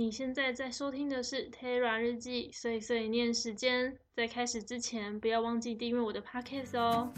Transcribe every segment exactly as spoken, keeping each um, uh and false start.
你现在在收听的是 Terra 日记碎碎念时间，在开始之前不要忘记订阅我的 Podcast 哦。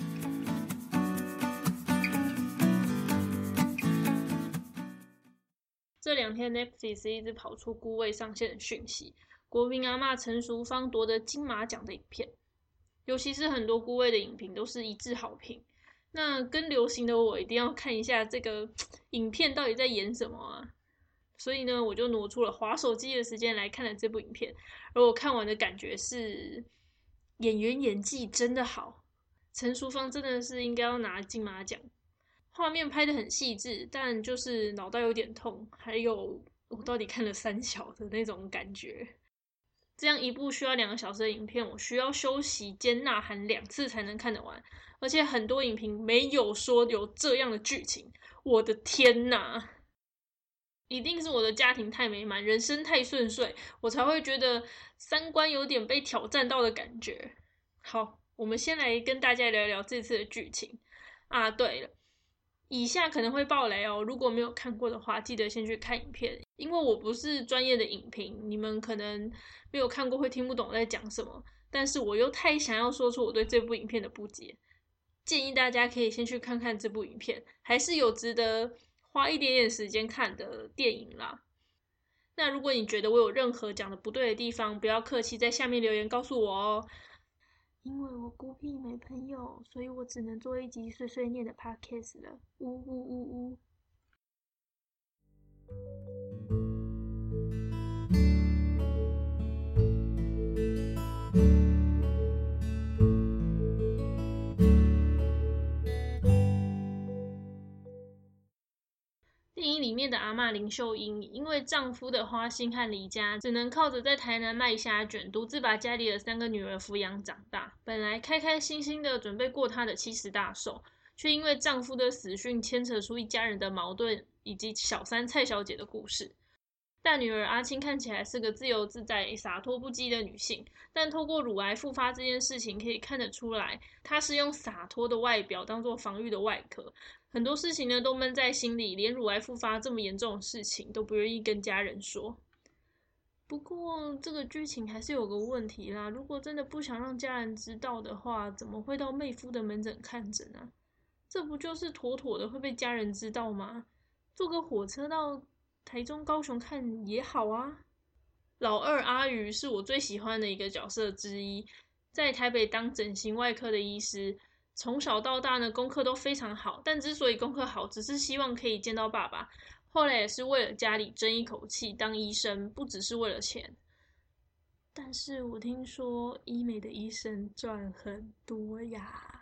这两天 Netflix 一直跑出孤味上线的讯息，国民阿嬷陈淑芳夺得金马奖的影片，尤其是很多孤味的影评都是一致好评。那跟流行的我一定要看一下这个影片到底在演什么啊，所以呢我就挪出了滑手机的时间来看了这部影片。而我看完的感觉是演员演技真的好，陈淑芳真的是应该要拿金马奖。画面拍得很细致，但就是脑袋有点痛，还有我到底看了三小的那种感觉。这样一部需要两个小时的影片，我需要休息兼呐喊两次才能看得完，而且很多影评没有说有这样的剧情，我的天哪！一定是我的家庭太美满，人生太顺遂，我才会觉得三观有点被挑战到的感觉。好，我们先来跟大家聊聊这次的剧情啊。对了，以下可能会爆雷哦，如果没有看过的话，记得先去看影片。因为我不是专业的影评，你们可能没有看过会听不懂我在讲什么，但是我又太想要说出我对这部影片的不解，建议大家可以先去看看这部影片，还是有值得花一点点时间看的电影啦。那如果你觉得我有任何讲的不对的地方，不要客气，在下面留言告诉我哦。因为我孤僻没朋友，所以我只能做一集碎碎念的 podcast 了。呜呜呜呜。电影里面的阿嬷林秀英，因为丈夫的花心和离家，只能靠着在台南卖虾卷，独自把家里的三个女儿抚养长大。本来开开心心的准备过她的七十大寿，却因为丈夫的死讯牵扯出一家人的矛盾，以及小三蔡小姐的故事。大女儿阿青看起来是个自由自在、洒脱不羁的女性，但透过乳癌复发这件事情可以看得出来，她是用洒脱的外表当作防御的外壳，很多事情呢都闷在心里，连乳癌复发这么严重的事情都不愿意跟家人说。不过这个剧情还是有个问题啦，如果真的不想让家人知道的话，怎么会到妹夫的门诊看诊啊？这不就是妥妥的会被家人知道吗？坐个火车到台中高雄看也好啊。老二阿瑜是我最喜欢的一个角色之一，在台北当整形外科的医师，从小到大呢功课都非常好，但之所以功课好，只是希望可以见到爸爸，后来也是为了家里争一口气当医生，不只是为了钱。但是我听说医美的医生赚很多呀。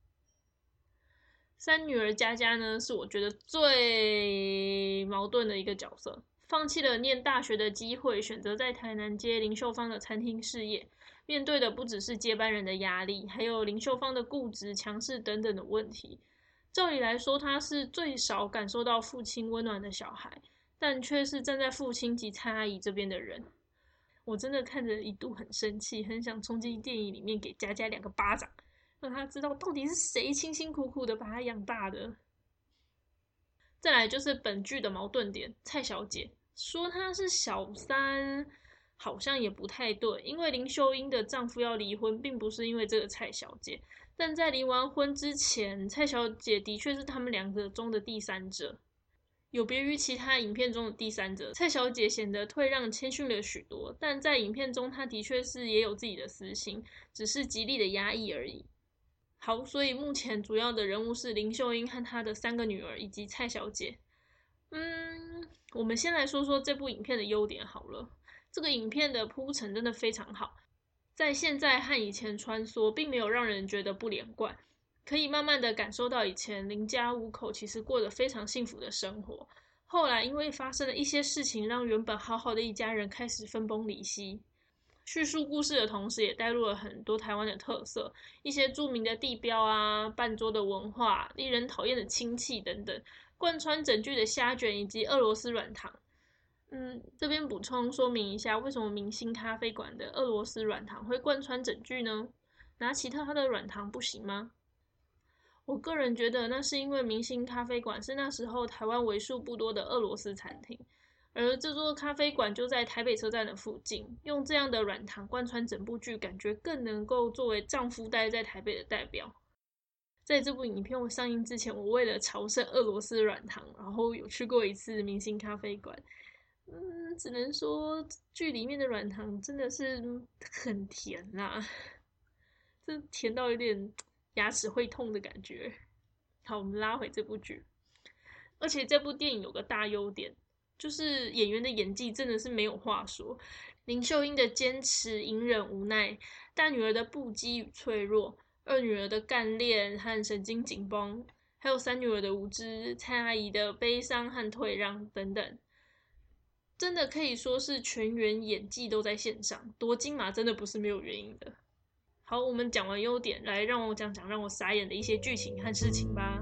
三女儿佳佳呢，是我觉得最矛盾的一个角色，放弃了念大学的机会，选择在台南接林秀芳的餐厅事业，面对的不只是接班人的压力，还有林秀芳的固执、强势等等的问题。照理来说，他是最少感受到父亲温暖的小孩，但却是站在父亲及蔡阿姨这边的人。我真的看着一度很生气，很想冲进电影里面给佳佳两个巴掌，让他知道到底是谁辛辛苦苦的把他养大的。再来就是本剧的矛盾点，蔡小姐说她是小三，好像也不太对，因为林秀英的丈夫要离婚，并不是因为这个蔡小姐，但在离完婚之前，蔡小姐的确是他们两个中的第三者。有别于其他影片中的第三者，蔡小姐显得退让谦逊了许多，但在影片中她的确是也有自己的私心，只是极力的压抑而已。好，所以目前主要的人物是林秀英和她的三个女儿以及蔡小姐。嗯，我们先来说说这部影片的优点好了。这个影片的铺陈真的非常好，在现在和以前穿梭，并没有让人觉得不连贯，可以慢慢的感受到以前林家五口其实过得非常幸福的生活。后来因为发生了一些事情，让原本好好的一家人开始分崩离析。叙述故事的同时也带入了很多台湾的特色，一些著名的地标啊、半桌的文化、令人讨厌的亲戚等等，贯穿整剧的虾卷以及俄罗斯软糖。嗯，这边补充说明一下，为什么明星咖啡馆的俄罗斯软糖会贯穿整剧呢？拿其他的软糖不行吗？我个人觉得那是因为明星咖啡馆是那时候台湾为数不多的俄罗斯餐厅，而而这座咖啡馆就在台北车站的附近，用这样的软糖贯穿整部剧，感觉更能够作为丈夫待在台北的代表。在这部影片上映之前，我为了朝圣俄罗斯软糖，然后有去过一次明星咖啡馆。嗯，只能说剧里面的软糖真的是很甜啦，这甜到有点牙齿会痛的感觉。好，我们拉回这部剧，而且这部电影有个大优点，就是演员的演技真的是没有话说。林秀英的坚持、隐忍、无奈，大女儿的不羁与脆弱，二女儿的干练和神经紧绷，还有三女儿的无知，蔡阿姨的悲伤和退让等等，真的可以说是全员演技都在线上，夺金马真的不是没有原因的。好，我们讲完优点，来让我讲讲让我傻眼的一些剧情和事情吧。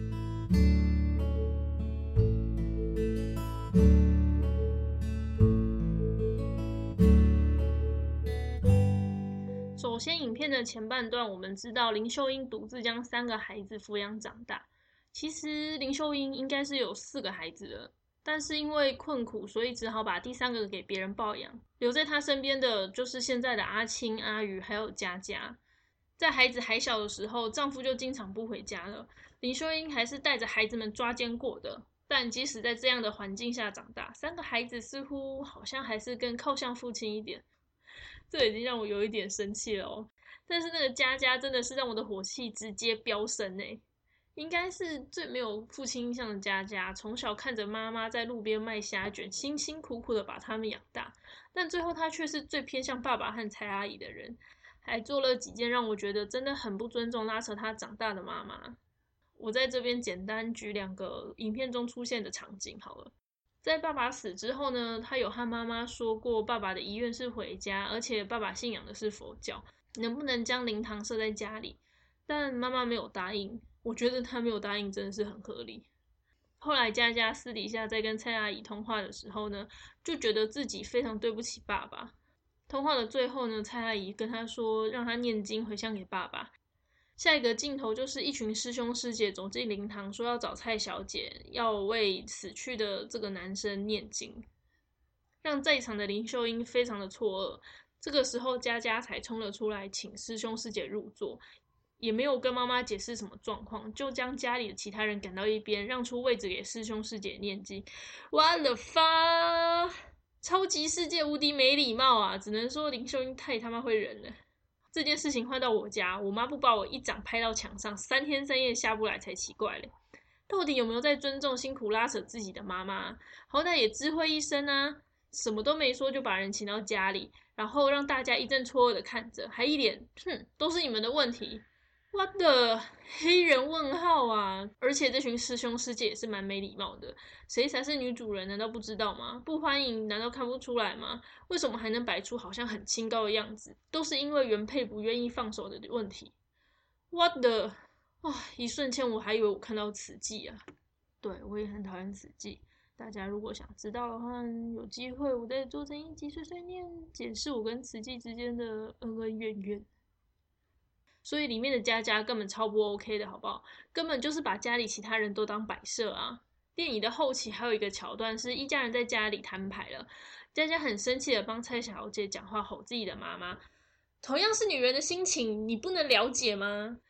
首先，影片的前半段，我们知道林秀英独自将三个孩子抚养长大。其实林秀英应该是有四个孩子的，但是因为困苦，所以只好把第三个给别人抱养。留在她身边的就是现在的阿青、阿宇还有佳佳。在孩子还小的时候，丈夫就经常不回家了，林秀英还是带着孩子们抓奸过的。但即使在这样的环境下长大，三个孩子似乎好像还是更靠向父亲一点。这已经让我有一点生气了哦。但是那个佳佳真的是让我的火气直接飙升诶，应该是最没有父亲印象的佳佳，从小看着妈妈在路边卖虾卷，辛辛苦苦的把他们养大，但最后她却是最偏向爸爸和蔡阿姨的人，还做了几件让我觉得真的很不尊重拉扯她长大的妈妈。我在这边简单举两个影片中出现的场景好了。在爸爸死之后呢，他有和妈妈说过爸爸的遗愿是回家，而且爸爸信仰的是佛教，能不能将灵堂设在家里，但妈妈没有答应。我觉得他没有答应真的是很合理。后来佳佳私底下在跟蔡阿姨通话的时候呢，就觉得自己非常对不起爸爸。通话的最后呢，蔡阿姨跟他说让他念经回向给爸爸。下一个镜头就是一群师兄师姐走进灵堂，说要找蔡小姐，要为死去的这个男生念经，让在场的林秀英非常的错愕。这个时候佳佳才冲了出来，请师兄师姐入座，也没有跟妈妈解释什么状况，就将家里的其他人赶到一边，让出位置给师兄师姐念经。What the fuck， 超级世界无敌没礼貌啊！只能说林秀英太他妈会忍了。这件事情换到我家，我妈不把我一掌拍到墙上，三天三夜下不来才奇怪嘞。到底有没有在尊重辛苦拉扯自己的妈妈？好歹也知会一声啊！什么都没说就把人请到家里，然后让大家一阵错愕的看着，还一脸哼，都是你们的问题。What the 黑人问号啊！而且这群师兄师姐也是蛮没礼貌的，谁才是女主人难道不知道吗？不欢迎难道看不出来吗？为什么还能摆出好像很清高的样子？都是因为原配不愿意放手的问题。What the 啊！一瞬间我还以为我看到慈济啊！对，我也很讨厌慈济。大家如果想知道的话，有机会我再做成一集碎碎念，解释我跟慈济之间的恩恩怨怨。所以里面的佳佳根本超不 OK 的好不好？根本就是把家里其他人都当摆设啊。电影的后期还有一个桥段是一家人在家里摊牌了，佳佳很生气的帮蔡小姐讲话，吼自己的妈妈。同样是女人的心情，你不能了解吗？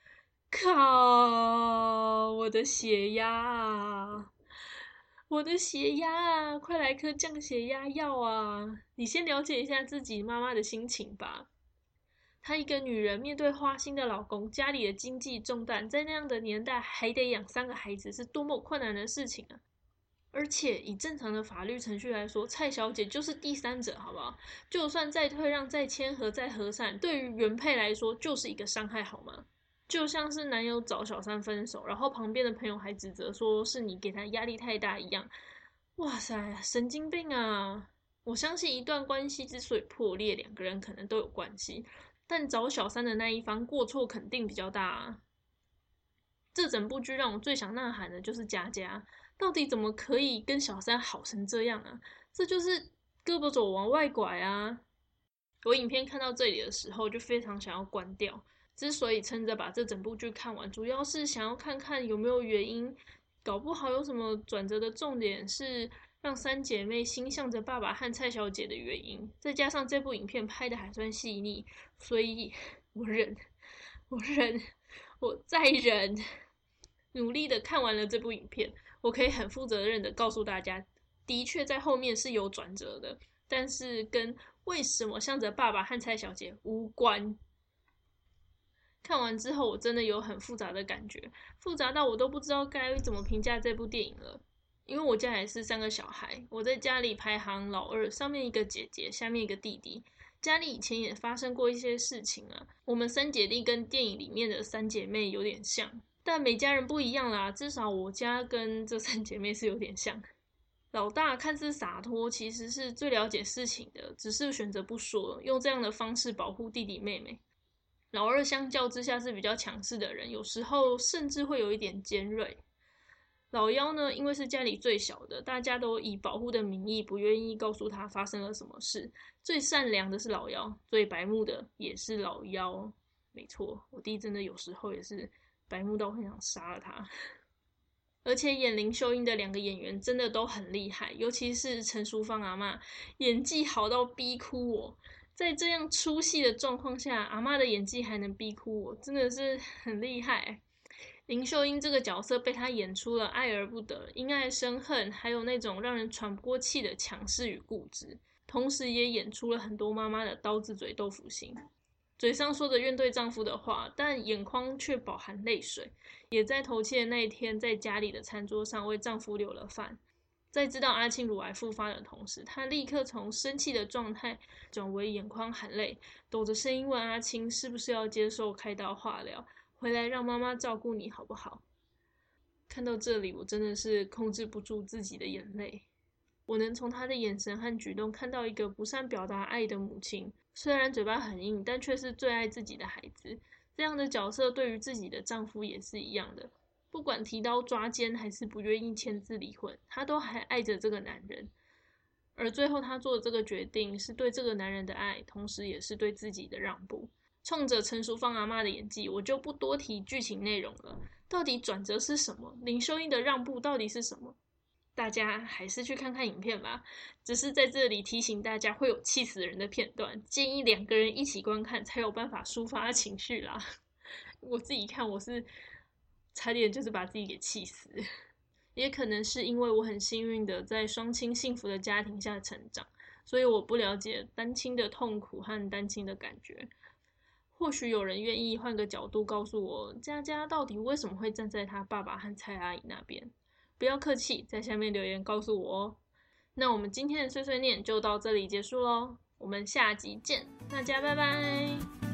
靠，我的血压啊！我的血压啊！快来颗降血压药啊！你先了解一下自己妈妈的心情吧。她一个女人面对花心的老公，家里的经济重担，在那样的年代还得养三个孩子，是多么困难的事情啊！而且以正常的法律程序来说，蔡小姐就是第三者，好不好？就算再退让、再签合、再和善，对于原配来说就是一个伤害，好吗？就像是男友找小三分手，然后旁边的朋友还指责说是你给他压力太大一样。哇塞，神经病啊！我相信一段关系之所以破裂，两个人可能都有关系。但找小三的那一方过错肯定比较大啊。这整部剧让我最想呐喊的就是佳佳，到底怎么可以跟小三好成这样啊？这就是胳膊肘往外拐啊！我影片看到这里的时候就非常想要关掉，之所以撑着把这整部剧看完，主要是想要看看有没有原因，搞不好有什么转折的重点是让三姐妹心向着爸爸和蔡小姐的原因。再加上这部影片拍的还算细腻，所以我忍，我忍，我再忍，努力的看完了这部影片。我可以很负责任的告诉大家，的确在后面是有转折的，但是跟为什么向着爸爸和蔡小姐无关。看完之后我真的有很复杂的感觉，复杂到我都不知道该怎么评价这部电影了。因为我家也是三个小孩，我在家里排行老二，上面一个姐姐，下面一个弟弟。家里以前也发生过一些事情啊，我们三姐弟跟电影里面的三姐妹有点像，但每家人不一样啦，至少我家跟这三姐妹是有点像。老大看似洒脱，其实是最了解事情的，只是选择不说，用这样的方式保护弟弟妹妹。老二相较之下是比较强势的人，有时候甚至会有一点尖锐。老幺呢，因为是家里最小的，大家都以保护的名义不愿意告诉他发生了什么事。最善良的是老幺，最白目的也是老幺。没错，我弟真的有时候也是白目到很想杀了他。而且演林秀英的两个演员真的都很厉害，尤其是陈淑芳阿嬷，演技好到逼哭我。在这样出戏的状况下，阿嬷的演技还能逼哭我，真的是很厉害。林秀英这个角色被她演出了爱而不得、因爱生恨，还有那种让人喘不过气的强势与固执，同时也演出了很多妈妈的刀子嘴豆腐心。嘴上说着怨对丈夫的话，但眼眶却饱含泪水，也在头七的那一天在家里的餐桌上为丈夫留了饭。在知道阿庆乳癌复发的同时，她立刻从生气的状态转为眼眶含泪，抖着声音问阿庆是不是要接受开刀化疗，回来让妈妈照顾你好不好。看到这里，我真的是控制不住自己的眼泪。我能从她的眼神和举动看到一个不善表达爱的母亲，虽然嘴巴很硬，但却是最爱自己的孩子。这样的角色对于自己的丈夫也是一样的，不管提刀抓奸还是不愿意签字离婚，她都还爱着这个男人。而最后她做的这个决定是对这个男人的爱，同时也是对自己的让步。冲着陈淑芳阿嬷的演技，我就不多提剧情内容了。到底转折是什么？林秀英的让步到底是什么？大家还是去看看影片吧，只是在这里提醒大家会有气死人的片段，建议两个人一起观看才有办法抒发情绪啦。我自己看我是差点就是把自己给气死，也可能是因为我很幸运的在双亲幸福的家庭下成长，所以我不了解单亲的痛苦和单亲的感觉。或许有人愿意换个角度告诉我，佳佳到底为什么会站在他爸爸和蔡阿姨那边。不要客气，在下面留言告诉我哦。那我们今天的碎碎念就到这里结束咯，我们下集见，大家拜拜。